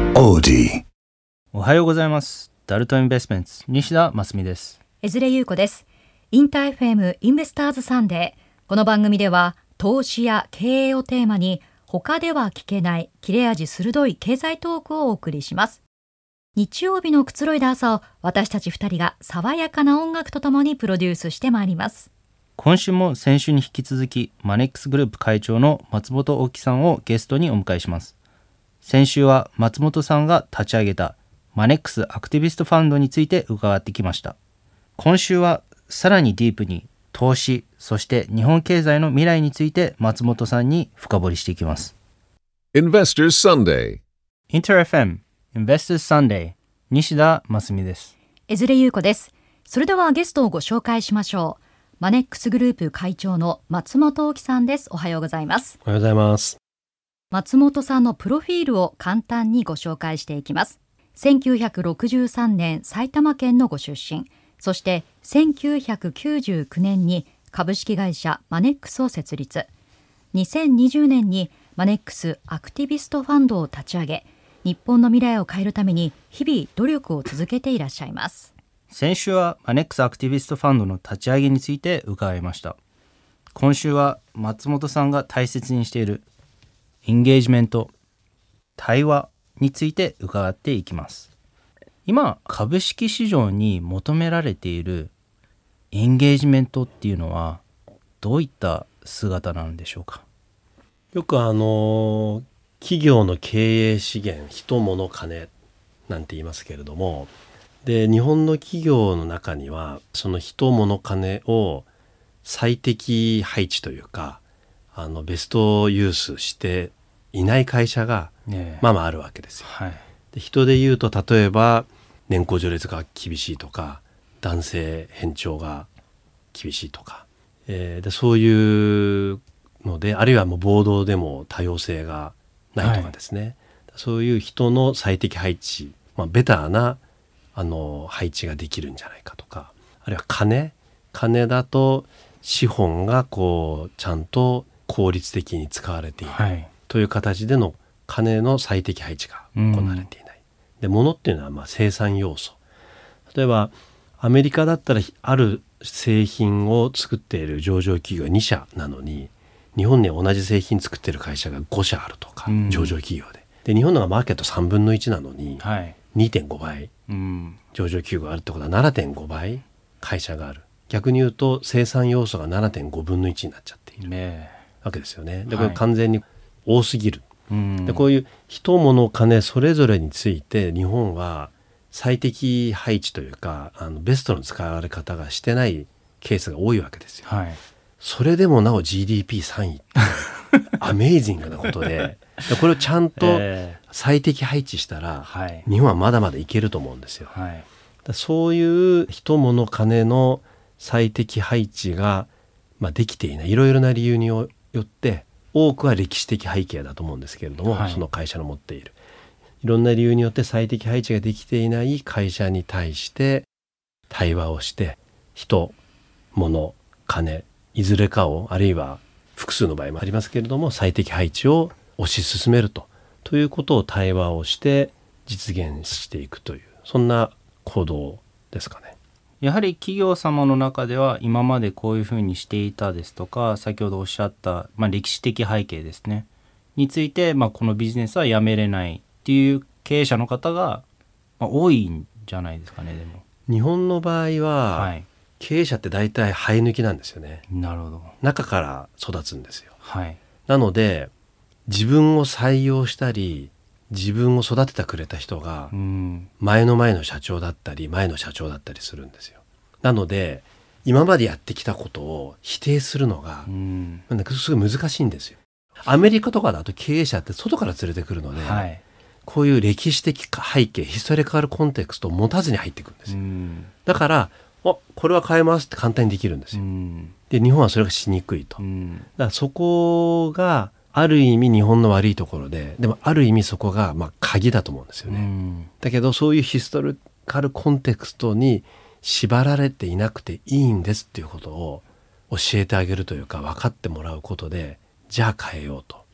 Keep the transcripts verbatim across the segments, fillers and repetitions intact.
オーディ。 おはようございます。ダルトインベストメンツ西田真澄です。 江連優子です。インター エフエム インベスターズサンデー。この番組では投資や経営をテーマに他では聞けない切れ味鋭い経済トークをお送りします。日曜日のくつろいだ朝を私たちふたりが爽やかな音楽とともにプロデュースしてまいります。 今週も先週に引き続きマネックスグループ会長の松本大樹さんをゲストにお迎えします。先週は松本さんが立ち上げたマネックスアクティビストファンドについて伺ってきました。今週はさらにディープに投資、そして日本経済の未来について松本さんに深掘りしていきます。 Investors Sunday。 インター エフエム Investors Sunday 西田真澄です。 江連優子です。それではゲストをご紹介しましょう。マネックスグループ会長の松本大樹さんです。おはようございます。 おはようございます。 松本さんのプロフィールを簡単にご紹介していきます。せんきゅうひゃくろくじゅうさんねん埼玉県のご出身、そしてせんきゅうひゃくきゅうじゅうきゅうねんに株式会社マネックスを設立。にせんにじゅうねんにマネックスアクティビストファンドを立ち上げ、日本の未来を変えるために日々努力を続けていらっしゃいます。 先週はマネックスアクティビストファンドの立ち上げについて伺いました。今週は松本さんが大切にしているエンゲージメント、対話について伺っていきます。今株式市場に求められているエンゲージメントっていうのはどういった姿なんでしょうか。 よくあの企業の経営資源、人物金なんて言いますけれども、で日本の企業の中にはその人物金を最適配置というか、あのベストユースしていない会社が、ね、まあまああるわけですよ、はい、で人で言うと例えば年功序列が厳しいとか、男性偏重が厳しいとか、えー、でそういうので、あるいはもう暴動でも多様性がないとかですね、はい、そういう人の最適配置、まあ、ベターなあの配置ができるんじゃないかとか、あるいは金金だと資本がこうちゃんと効率的に使われていない、はい、という形での金の最適配置が行われていない、うん、で物っていうのはまあ生産要素。例えばアメリカだったらある製品を作っている上場企業がにしゃなのに、日本に同じ製品作っている会社がごしゃあるとか、うん、上場企業でで日本のがマーケットさんぶんのいちなのに、はい、にてんごばい、うん、上場企業があるってことは ななてんごばい会社がある。逆に言うと生産要素が ななてんごぶんのいちになっちゃっている、ね、わけですよね。でこれ完全に多すぎる、はい、でこういう人物金それぞれについて日本は最適配置というか、あのベストの使われ方がしてないケースが多いわけですよ、はい、それでもなお ジーディーピーさんいってアメイジングなことでこれをちゃんと最適配置したら、えー、日本はまだまだいけると思うんですよ、はい、だそういう人物金の最適配置が、まあ、できていない、いろいろな理由によって多くは歴史的背景だと思うんですけれども、はい、その会社の持っているいろんな理由によって最適配置ができていない会社に対して対話をして、人、物、金いずれかを、あるいは複数の場合もありますけれども最適配置を推し進めるとということを対話をして実現していくという、そんな行動ですかね。 やはり企業様の中では今までこういうふうにしていたですとか、先ほどおっしゃった、まあ、歴史的背景ですねについて、まあ、このビジネスはやめれないっていう経営者の方が、まあ、多いんじゃないですかね。でも日本の場合は、はい、経営者って大体生え抜きなんですよね。 なるほど。 中から育つんですよ、はい、なので自分を採用したり自分を育ててくれた人が前の前の社長だったり前の社長だったりするんですよ。なので今までやってきたことを否定するのがなんかすごい難しいんですよ。アメリカとかだと経営者って外から連れてくるので、はい、こういう歴史的背景、ヒストリカルコンテクストを持たずに入ってくるんですよ。だからおこれは変えますって簡単にできるんですよ。で日本はそれがしにくいと。だからそこがある意味日本の悪いところで、でもある意味そこがまあ鍵だと思うんですよね。だけどそういうヒストリカルコンテクストに縛られていなくていいんですっていうことを教えてあげるというか分かってもらうことで、じゃあ変えようと。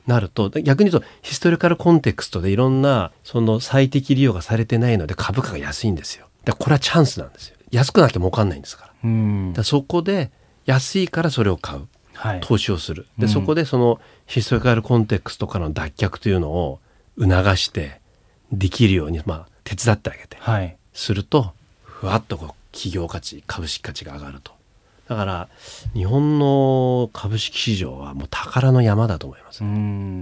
なると、逆に言うとヒストリカルコンテクストでいろんなその最適利用がされてないので株価が安いんですよ。だからこれはチャンスなんですよ。安くなきゃ儲かんないんですから。 うん、 だからそこで安いからそれを買う、 はい、 投資をする。で、 うん、 そこでそのヒストリカルコンテクストからの脱却というのを促してできるように、まあ、手伝ってあげて、 はい、 するとふわっとこう企業価値、株式価値が上がると。だから日本の株式市場はもう宝の山だと思います。 うん、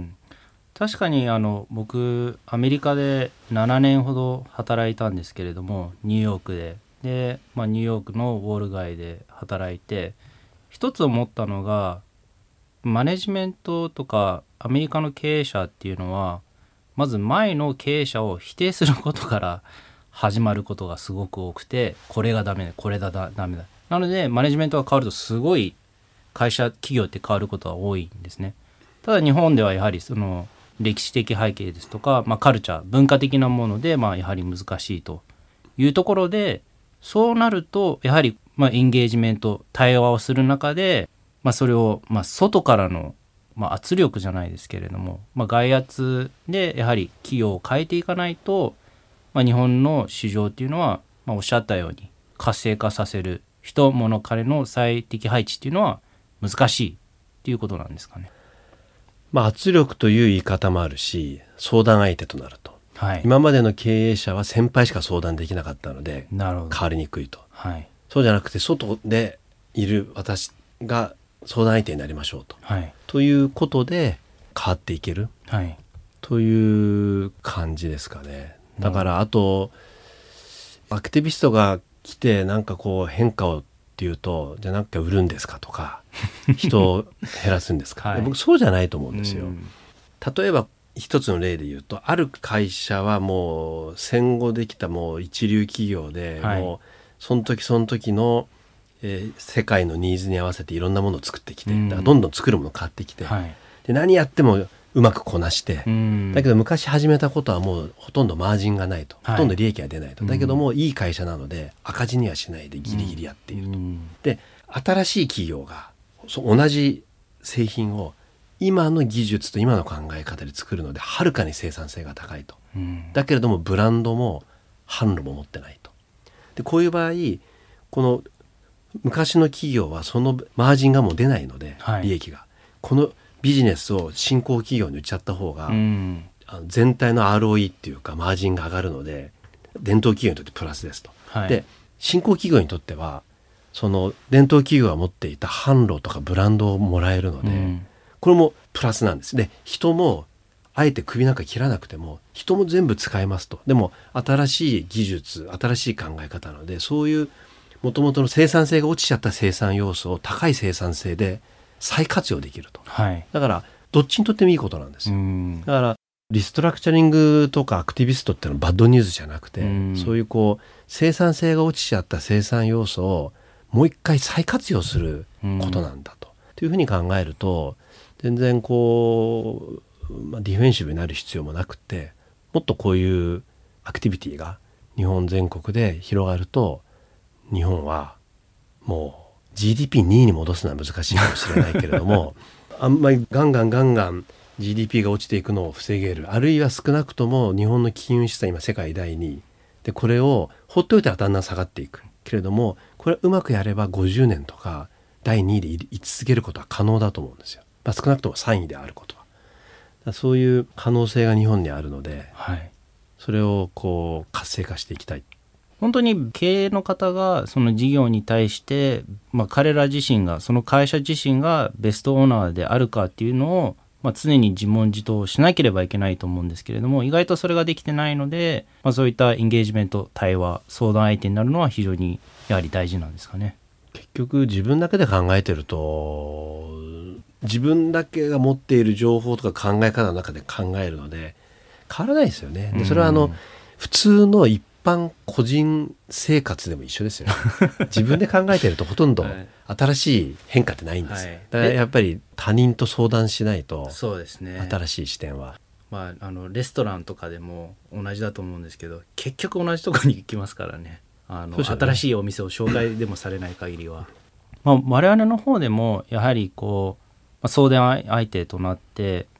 確かにあの僕アメリカでななねんほど働いたんですけれども、ニューヨークでで、まあ、ニューヨークのウォール街で働いて一つ思ったのが、マネジメントとかアメリカの経営者っていうのはまず前の経営者を否定することから始まることがすごく多くて、これがダメだ、これだダメだ。なのでマネジメントが変わるとすごい会社企業って変わることが多いんですね。ただ日本ではやはりその歴史的背景ですとか、まあ、カルチャー文化的なもので、まあ、やはり難しいというところで、そうなるとやはりまあエンゲージメント、対話をする中で、まあ、それをまあ外からのまあ圧力じゃないですけれども、まあ、外圧でやはり企業を変えていかないと、まあ、日本の市場っていうのは、まあ、おっしゃったように活性化させる人物金の最適配置っていうのは難しいっていうことなんですかね。 まあ、圧力という言い方もあるし、相談相手となると、はい、今までの経営者は先輩しか相談できなかったので変わりにくいと、はい、そうじゃなくて外でいる私が相談相手になりましょうと、はい、ということで変わっていける、はい、という感じですかね。だからあとアクティビストが来てなんかこう変化をっていうと、じゃあなんか売るんですかとか人を減らすんですか、はい、僕そうじゃないと思うんですよ。例えば一つの例で言うと、ある会社はもう戦後できたもう一流企業で、はい、もうその時その時の、えー、世界のニーズに合わせていろんなものを作ってきて、だからどんどん作るもの変わってきて、はい、で何やってもうまくこなして、だけど昔始めたことはもうほとんどマージンがないと、はい、ほとんど利益が出ないと、だけどもいい会社なので赤字にはしないでギリギリやっていると。で新しい企業が同じ製品を今の技術と今の考え方で作るのではるかに生産性が高いと、だけれどもブランドも販路も持ってないと。でこういう場合この昔の企業はそのマージンがもう出ないので、はい、利益がこのビジネスを新興企業に売っちゃった方が、うん、あの全体の アールオーイー っていうかマージンが上がるので伝統企業にとってプラスですと、はい、で新興企業にとってはその伝統企業が持っていた販路とかブランドをもらえるので、うん、これもプラスなんです。で人もあえて首なんか切らなくても人も全部使えますと。でも新しい技術、新しい考え方なので、そういうもともとの生産性が落ちちゃった生産要素を高い生産性で再活用できると、はい、だからどっちにとってもいいことなんですよ。だからリストラクチャリングとかアクティビストっていうのはバッドニュースじゃなくて、そういうこう生産性が落ちちゃった生産要素をもう一回再活用することなんだと、というふうに考えると全然こう、まあ、ディフェンシブになる必要もなくて、もっとこういうアクティビティが日本全国で広がると、日本はもうジーディーピーにいに戻すのは難しいかもしれないけれどもあんまりガンガンガンガン ジーディーピー が落ちていくのを防げる、あるいは少なくとも日本の金融資産今世界だいにいで、これを放っておいたらだんだん下がっていくけれども、これうまくやればごじゅうねんとかだいにいでい続けることは可能だと思うんですよ、まあ、少なくともさんいであることは。だそういう可能性が日本にあるので、はい、それをこう活性化していきたい。 本当に経営の方がその事業に対して、まあ、彼ら自身がその会社自身がベストオーナーであるかっていうのを、まあ、常に自問自答しなければいけないと思うんですけれども、意外とそれができてないので、まあ、そういったエンゲージメント、対話、相談相手になるのは非常にやはり大事なんですかね。 結局自分だけで考えてると、自分だけが持っている情報とか考え方の中で考えるので変わらないですよね。でそれはあの普通の一般個人生活でも一緒ですよ自分で考えてるとほとんど新しい変化ってないんですよ、はい、だからやっぱり他人と相談しないと、そうですね、新しい視点は、 まあ、あのレストランとかでも同じだと思うんですけど、結局同じところに行きますからね。あの、ね、新しいお店を紹介でもされない限りはまあ我々の方でもやはりこう、まあ、相談相手となって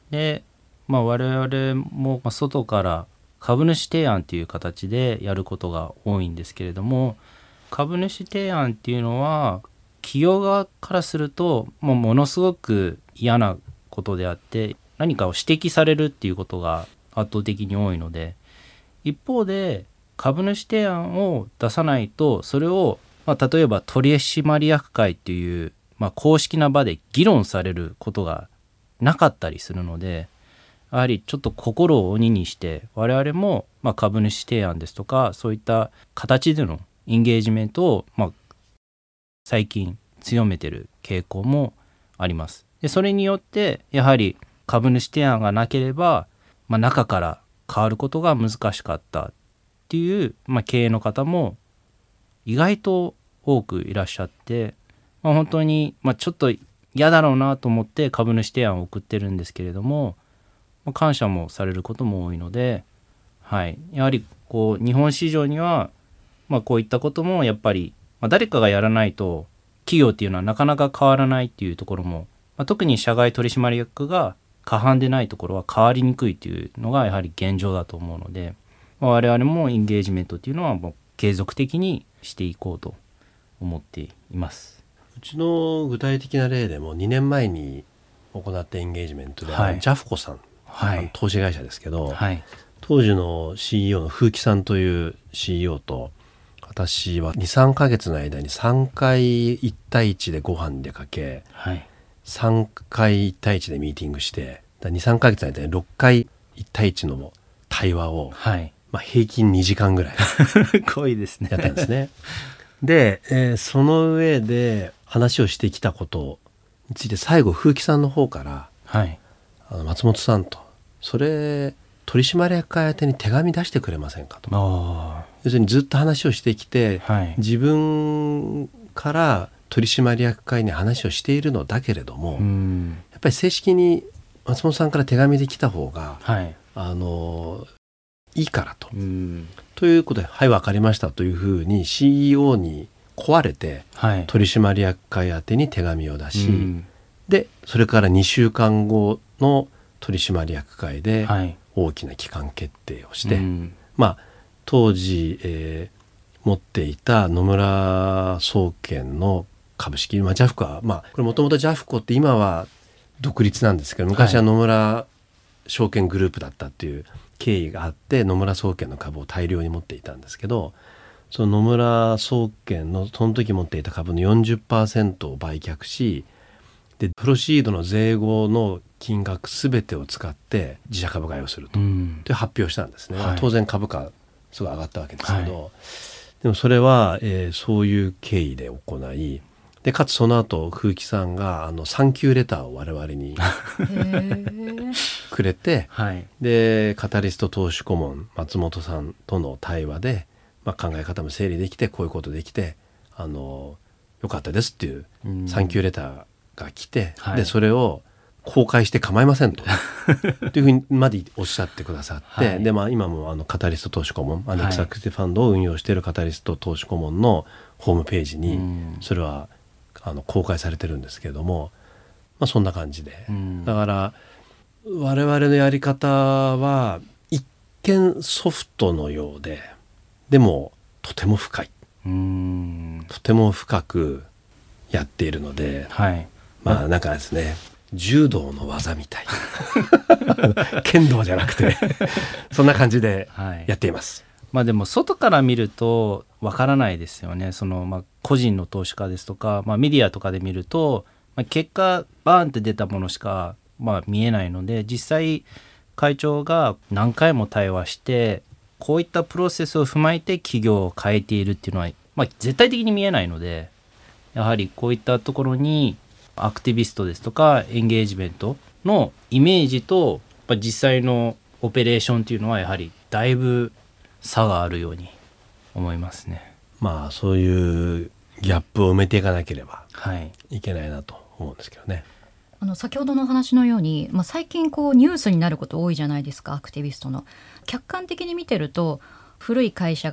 で、まあ、我々もまあ外から株主提案という形でやることが多いんですけれども、株主提案っていうのは企業側からするともうものすごく嫌なことであって、何かを指摘されるっていうことが圧倒的に多いので、一方で株主提案を出さないとそれを、まあ、例えば取締役会っていう、まあ、公式な場で議論されることがなかったりするので、やはりちょっと心を鬼にして我々もまあ株主提案ですとかそういった形でのエンゲージメントをまあ最近強めてる傾向もあります。でそれによってやはり株主提案がなければ、まあ、中から変わることが難しかったっていう、まあ、経営の方も意外と多くいらっしゃって、まあ、本当に、まあ、ちょっと嫌だろうなと思って株主提案を送ってるんですけれども、まあ、感謝もされることも多いので、はい、やはりこう日本市場には、まあ、こういったこともやっぱり、まあ、誰かがやらないと企業っていうのはなかなか変わらないっていうところも、まあ、特に社外取締役が過半でないところは変わりにくいというのがやはり現状だと思うので、まあ、我々もエンゲージメントっていうのはもう継続的にしていこうと思っています。 うちの具体的な例でもにねんまえに行ったエンゲージメントで、 はい、 ジャフコさん、はい、投資会社ですけど、はい、当時の シーイーオー の風紀さんという シーイーオー と私は にさんかげつの間にさんかいいち対いちでご飯でかけ、はい、さんかいいち対いちでミーティングして、にさんかげつの間にろっかいいち対いちの対話を、はい、まあ、平均にじかんぐらい濃いですねやったんですね。で、えー、その上で話をしてきたことについて最後風紀さんの方から、はい、あの松本さんとそれ取締役会宛てに手紙出してくれませんかと。要するにずっと話をしてきて、はい、自分から取締役会に話をしているのだけれども、やっぱり正式に松本さんから手紙で来た方が、はい、あのいいからと。ということで、はい分かりましたというふうに シーイーオー に請われて、はい、取締役会宛てに手紙を出し、でそれからにしゅうかんごの取締役会で大きな機関決定をして、はい、まあ当時、えー、持っていた野村総研の株式、まあ、ジャフコは、まあ、これもともとジャフコって今は独立なんですけど、昔は野村証券グループだったっていう経緯があって、野村総研の株を大量に持っていたんですけど、その野村総研のその時持っていた株の よんじゅっパーセント を売却し、でプロシードの税後の金額すべてを使って自社株買いをすると、うん、という発表したんですね、はい、当然株価すごい上がったわけですけど、はい、でもそれは、えー、そういう経緯で行い、でかつその後風紀さんがあのサンキューレターを我々にくれて、はい、でカタリスト投資顧問松本さんとの対話で、まあ、考え方も整理できて、こういうことできて、あのよかったですっていうサンキューレターが来て、はい、でそれを公開して構いませんとというふうにまでおっしゃってくださって、はい、でまあ、今もあのカタリスト投資顧問、はい、エクサクティブファンドを運用しているカタリスト投資顧問のホームページにそれはあの公開されてるんですけれども、まあ、そんな感じで、だから我々のやり方は一見ソフトのようで、でもとても深い、うーんとても深くやっているので、はい、まあなんかですね、柔道の技みたい剣道じゃなくてそんな感じでやっています、 はい、まあでも外から見るとわからないですよね。そのまあ個人の投資家ですとか、まあ、メディアとかで見ると、まあ、結果バーンって出たものしかまあ見えないので、実際会長が何回も対話してこういったプロセスを踏まえて企業を変えているっていうのは、まあ、絶対的に見えないので、やはりこういったところにアクティビストですとかエンゲージメントのイメージと実際のオペレーションっていうのはやはりだいぶ差があるように思いますね。 まあそういうギャップを埋めていかなければいけないなと思うんですけどね、はい、 あの先ほどのお話のように、まあ、最近こうニュースになること多いじゃないですか。アクティビストの客観的に見てると古い会社が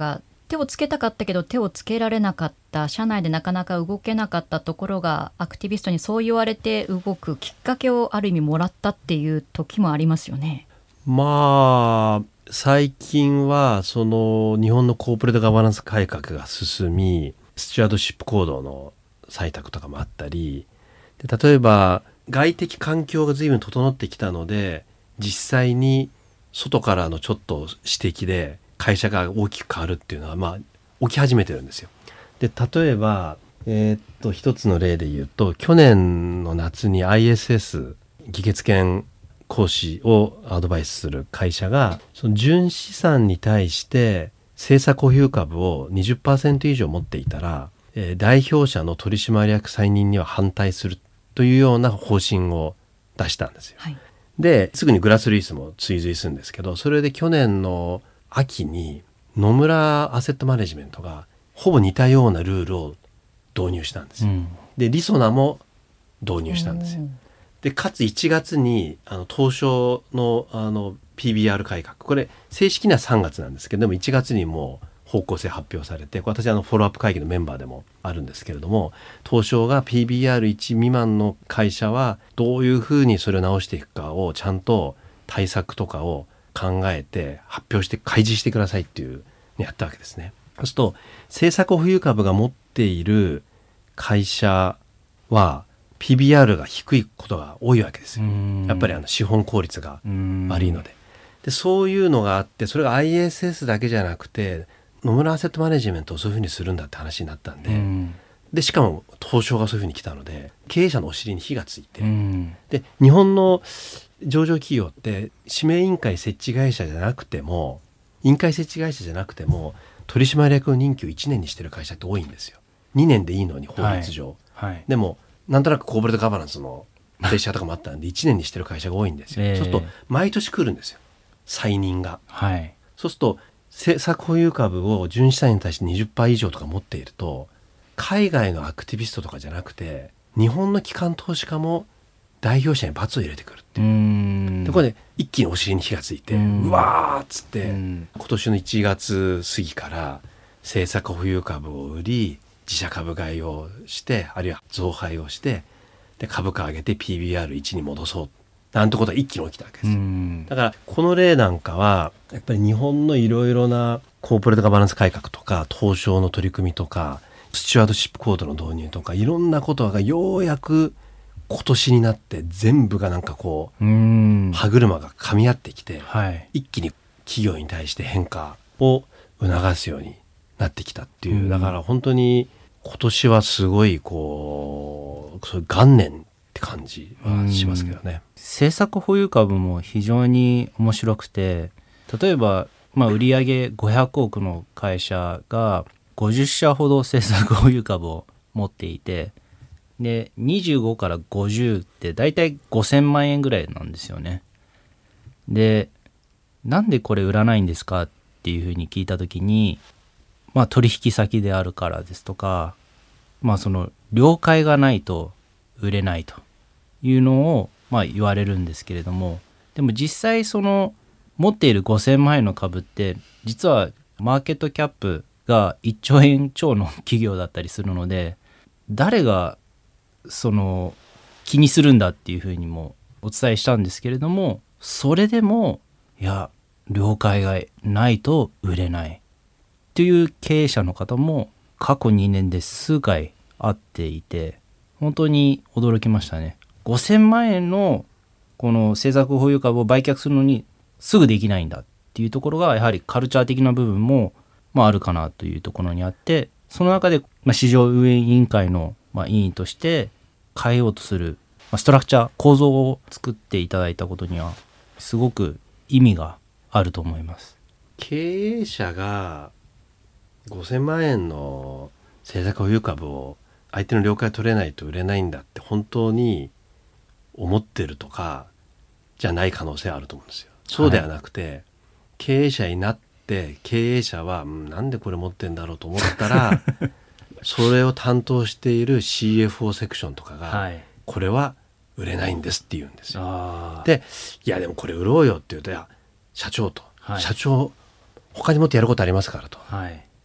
手をつけたかったけど手をつけられなかった、社内でなかなか動けなかったところがアクティビストにそう言われて動くきっかけをある意味もらったっていう時もありますよね。 まあ最近はその日本のコーポレートガバナンス改革が進み、スチュワードシップ行動の採択とかもあったりで、例えば外的環境が随分整ってきたので、実際に外からのちょっと指摘で会社が大きく変わるっていうのはまあ起き始めてるんですよ。で例えば、えー、っと一つの例で言うと、去年の夏に アイエスエス 議決権行使をアドバイスする会社が、その純資産に対して政策保有株を にじゅっパーセント 以上持っていたら、えー、代表者の取締役再任には反対するというような方針を出したんですよ。 はい、 ですぐにグラスリースも追随するんですけど、それで去年の秋に野村アセットマネジメントがほぼ似たようなルールを導入したんですよ。うん、でりそなも導入したんですよ。でかついちがつにあの東証 の, あの ピービーアール 改革、これ正式にはさんがつなんですけど、でもいちがつにもう方向性発表されて、私はあのフォローアップ会議のメンバーでもあるんですけれども、東証が ピービーアールいち 未満の会社はどういうふうにそれを直していくかをちゃんと対策とかを考えて発表して開示してくださいっていうのやったわけですね。そうすると政策保有株が持っている会社は ピービーアール が低いことが多いわけですよ。やっぱりあの資本効率が悪いので。でそういうのがあって、それが アイエスエス だけじゃなくて野村アセットマネジメントをそういうふうにするんだって話になったんで、うん、でしかも東証がそういうふうに来たので経営者のお尻に火がついて、うん、で日本の上場企業って指名委員会設置会社じゃなくても委員会設置会社じゃなくても取締役の任期をいちねんにしてる会社って多いんですよ。にねんでいいのに法律上、はいはい、でもなんとなくコーポレートガバナンスのプレッシャーとかもあったんでいちねんにしてる会社が多いんですよ。えー、そうすると毎年来るんですよ、再任が。はい、そうすると政策保有株を純資産に対して にじゅっパーセント 以上とか持っていると、海外のアクティビストとかじゃなくて日本の機関投資家も代表者に罰を入れてくるっていう。うーんでこれで一気にお尻に火がついて、 う, うわーっつって今年のいちがつ過ぎから政策保有株を売り自社株買いをして、あるいは増配をして、で株価上げて ピービーアールいち に戻そうなんてことが一気に起きたわけです。だからこの例なんかはやっぱり日本のいろいろなコーポレートガバナンス改革とか東証の取り組みとかスチュワードシップコードの導入とかいろんなことがようやく今年になって全部がなんかこう歯車が噛み合ってきて、はい、一気に企業に対して変化を促すようになってきたっていう。だから本当に今年はすごいこうそういう元年って感じはしますけどね。 政策保有株も非常に面白くて、例えば、まあ、売上ごひゃくおくの会社がごじゅっしゃほど政策保有株を持っていて、でにじゅうごからごじゅうってだいたいごせんまんえんぐらいなんですよね。でなんでこれ売らないんですかっていうふうに聞いたときに、まあ、取引先であるからですとか、まあ、その了解がないと売れないというのをまあ言われるんですけれども、でも実際その持っているごせんまんえんの株って実はマーケットキャップがいっちょうえん超の企業だったりするので、誰がその気にするんだっていうふうにもお伝えしたんですけれども、それでもいや了解がないと売れないという経営者の方も過去にねんで数回会っていて、本当に驚きましたね。ごせんまんえんのこの政策保有株を売却するのにすぐできないんだっていうところがやはりカルチャー的な部分もまああるかなというところにあって、その中でまあ市場運営委員会のまあ委員として変えようとするまあストラクチャー構造を作っていただいたことにはすごく意味があると思います。 経営者がごせんまんえんの政策保有株を相手の了解取れないと売れないんだって本当に思ってるとかじゃない可能性あると思うんですよ。そうではなくて、はい、経営者になって経営者は、うん、なんでこれ持ってんだろうと思ったらそれを担当している シーエフオー セクションとかが、はい、これは売れないんですって言うんですよ。でいやでもこれ売ろうよって言うと、いや社長と、はい、社長他にもっとやることありますからと、はい、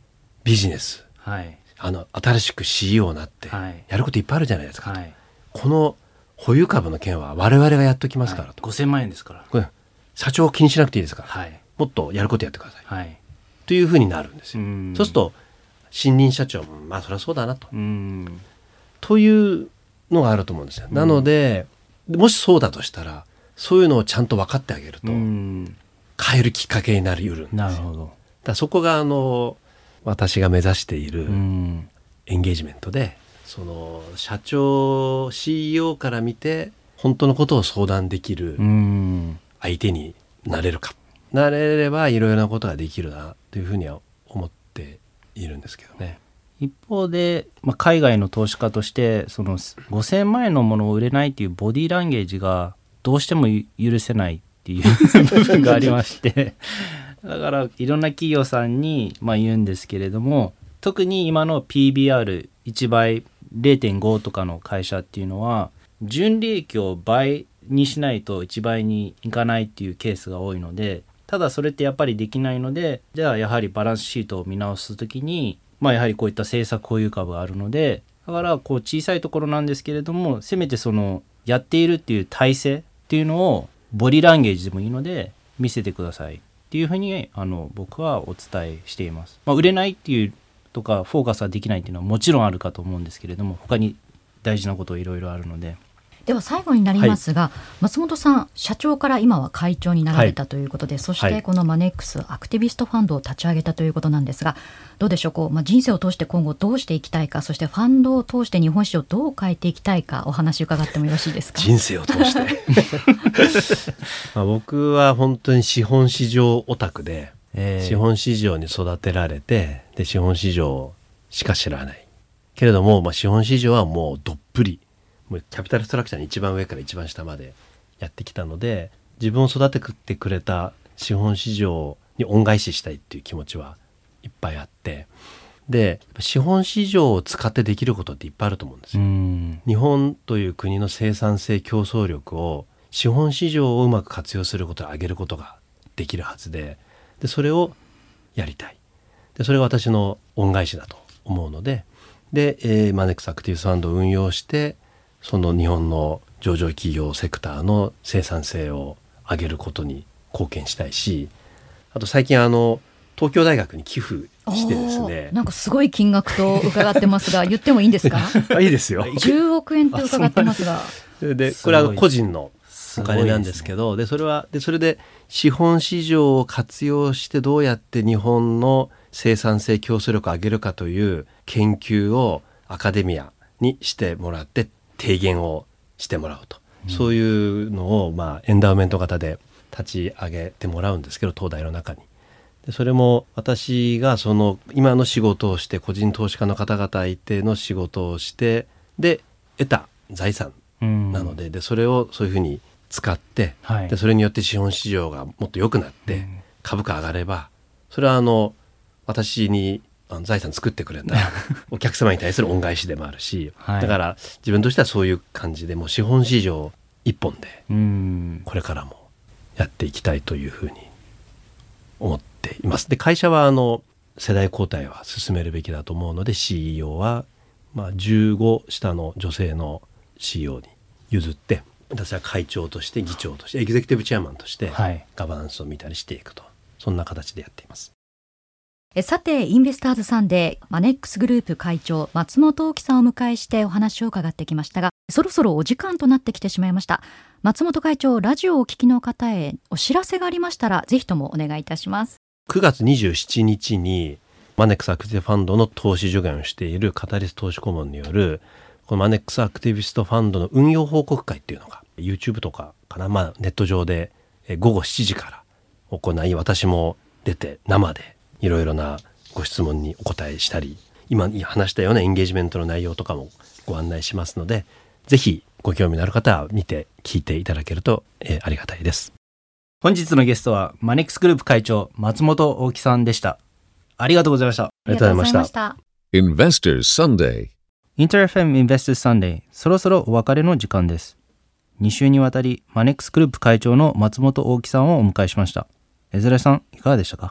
ビジネス、 はい、 あの新しく シーイーオー になって、 はい、 やることいっぱいあるじゃないですか、 はい、 この保有株の件は我々がやっときますからと、 はい、ごせんまんえんですから、 これ社長気にしなくていいですから、 はい、 もっとやることやってください、 はい、 というふうになるんですよ。 うんそうすると新任社長もまあそりゃそうだなと、 うんというのがあると思うんですよ。なのでもしそうだとしたらそういうのをちゃんと分かってあげると、 うん変えるきっかけになりうるんですよ。 なるほど。 だからそこがあの私が目指しているうんエンゲージメントで、その社長 シーイーオー から見て本当のことを相談できるうん相手になれるか、なれればいろいろなことができるなというふうには思っているんですけどね。 一方で、まあ、海外の投資家としてそのごせんまんえんのものを売れないっていうボディーランゲージがどうしても許せないっていう部分がありましてだからいろんな企業さんにまあ言うんですけれども、特に今の ピービーアールいち 倍 れいてんご とかの会社っていうのは純利益を倍にしないといちばいにいかないっていうケースが多いので、ただそれってやっぱりできないので、じゃあやはりバランスシートを見直すときにまあやはりこういった政策保有株があるので、だからこう小さいところなんですけれども、せめてそのやっているっていう体制っていうのをボディランゲージでもいいので見せてくださいっていうふうにあの僕はお伝えしています。まあ、売れないっていうとかフォーカスはできないっていうのはもちろんあるかと思うんですけれども、他に大事なこといろいろあるので。 では最後になりますが、はい、松本さん社長から今は会長になられたということで、はい、そしてこのマネックスアクティビストファンドを立ち上げたということなんですが、どうでしょう、こう、まあ、人生を通して今後どうしていきたいか、そしてファンドを通して日本市場をどう変えていきたいかお話伺ってもよろしいですか。 人生を通してまあ僕は本当に資本市場オタクで、えー、資本市場に育てられて、で資本市場しか知らないけれども、まあ、資本市場はもうどっぷりもうキャピタルストラクチャーに一番上から一番下までやってきたので、自分を育ててくれた資本市場に恩返ししたいっていう気持ちはいっぱいあって、で資本市場を使ってできることっていっぱいあると思うんですよ。うん日本という国の生産性競争力を資本市場をうまく活用することで上げることができるはずで、でそれをやりたい。でそれが私の恩返しだと思うので、で、えー、マネックスアクティブスファンドを運用してその日本の上場企業セクターの生産性を上げることに貢献したいし、あと最近あの東京大学に寄付してですね、 なんかすごい金額と伺ってますが言ってもいいんですか。 いいですよ。 じゅうおくえんと伺ってますが、 でこれは個人のお金なんですけど、でそれはでそれで資本市場を活用してどうやって日本の生産性競争力を上げるかという研究をアカデミアにしてもらって提言をしてもらうと、うん、そういうのを、まあ、エンダウメント型で立ち上げてもらうんですけど、東大の中に。でそれも私がその今の仕事をして個人投資家の方々相手の仕事をしてで得た財産なので、うん、でそれをそういうふうに使って、はい、でそれによって資本市場がもっと良くなって、うん、株価上がれば、それはあの私にあの財産作ってくれたお客様に対する恩返しでもあるし、はい、だから自分としてはそういう感じでもう資本市場一本でこれからもやっていきたいというふうに思っています。で会社はあの世代交代は進めるべきだと思うので シーイーオー はまあじゅうご下の女性の シーイーオー に譲って、私は会長として議長としてエグゼクティブチェアマンとしてガバナンスを見たりしていくと、そんな形でやっています。 えさてインベスターズサンデーマネックスグループ会長松本大樹さんをお迎えしてお話を伺ってきましたが、そろそろお時間となってきてしまいました。松本会長、ラジオをお聞きの方へお知らせがありましたらぜひともお願いいたします。 くがつにじゅうしちにちにマネックスアクティブファンドの投資助言をしているカタリス投資顧問によるこのマネックスアクティビストファンドの運用報告会っていうのが YouTube とかかな、まあ、ネット上でごごしちじから行い、私も出て生でいろいろなご質問にお答えしたり、今話したようなエンゲージメントの内容とかもご案内しますので、ぜひご興味のある方は見て聞いていただけると、えー、ありがたいです。 本日のゲストはマネックスグループ会長松本大樹さんでした。ありがとうございました。ありがとうございました。 Investors Sunday インター エフエム Investors Sunday、 そろそろお別れの時間です。に週にわたりマネックスグループ会長の松本大樹さんをお迎えしました。江連さんいかがでしたか。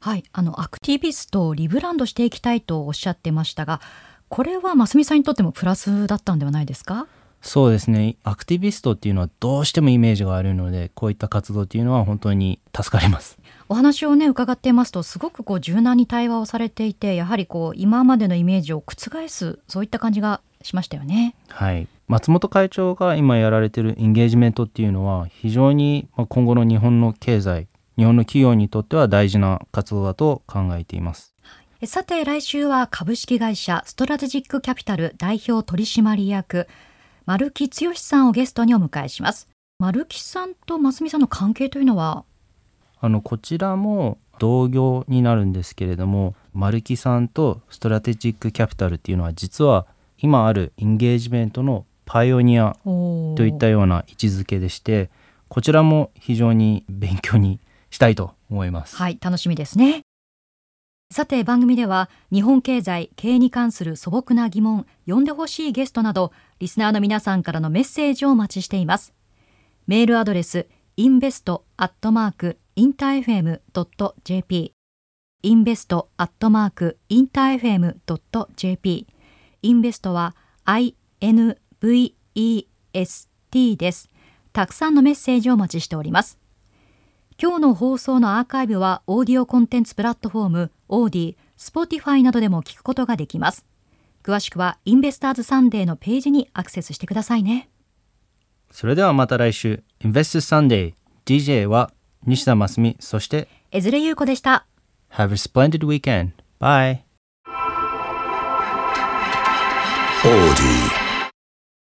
はい、あのアクティビストをリブランドしていきたいとおっしゃってましたが、これは真澄さんにとってもプラスだったんではないですか？ そうですね。アクティビストっていうのはどうしてもイメージがあるので、こういった活動っていうのは本当に助かります。 お話をね伺っていますと、すごくこう柔軟に対話をされていて、やはりこう今までのイメージを覆す、そういった感じがしましたよね。 はい、松本会長が今やられているエンゲージメントっていうのは非常に今後の日本の経済、日本の企業にとっては大事な活動だと考えています。 さて来週は株式会社ストラテジックキャピタル代表取締役丸木剛さんをゲストにお迎えします。丸木さんと真澄さんの関係というのは？ あのこちらも同業になるんですけれども、丸木さんとストラテジックキャピタルっていうのは実は今あるエンゲージメントのパイオニアといったような位置づけでして、こちらも非常に勉強にしたいと思います。 はい、楽しみですね。さて番組では日本経済経営に関する素朴な疑問、呼んでほしいゲストなどリスナーの皆さんからのメッセージをお待ちしています。メールアドレス インベスト アットマーク インターエフエム ドット ジェーピー インベスト アットマーク インターエフエム ドット ジェーピー インベストは アイエヌブイイーエスティー です。たくさんのメッセージをお待ちしております。今日の放送のアーカイブはオーディオコンテンツプラットフォームオーディ、Spotify などでも聞くことができます。詳しくはインベスターズサンデーのページにアクセスしてくださいね。 それではまた来週。Investors Sunday ディージェー は西田真澄、そして江連優子でした。 Have a splendid weekend. Bye. オーディ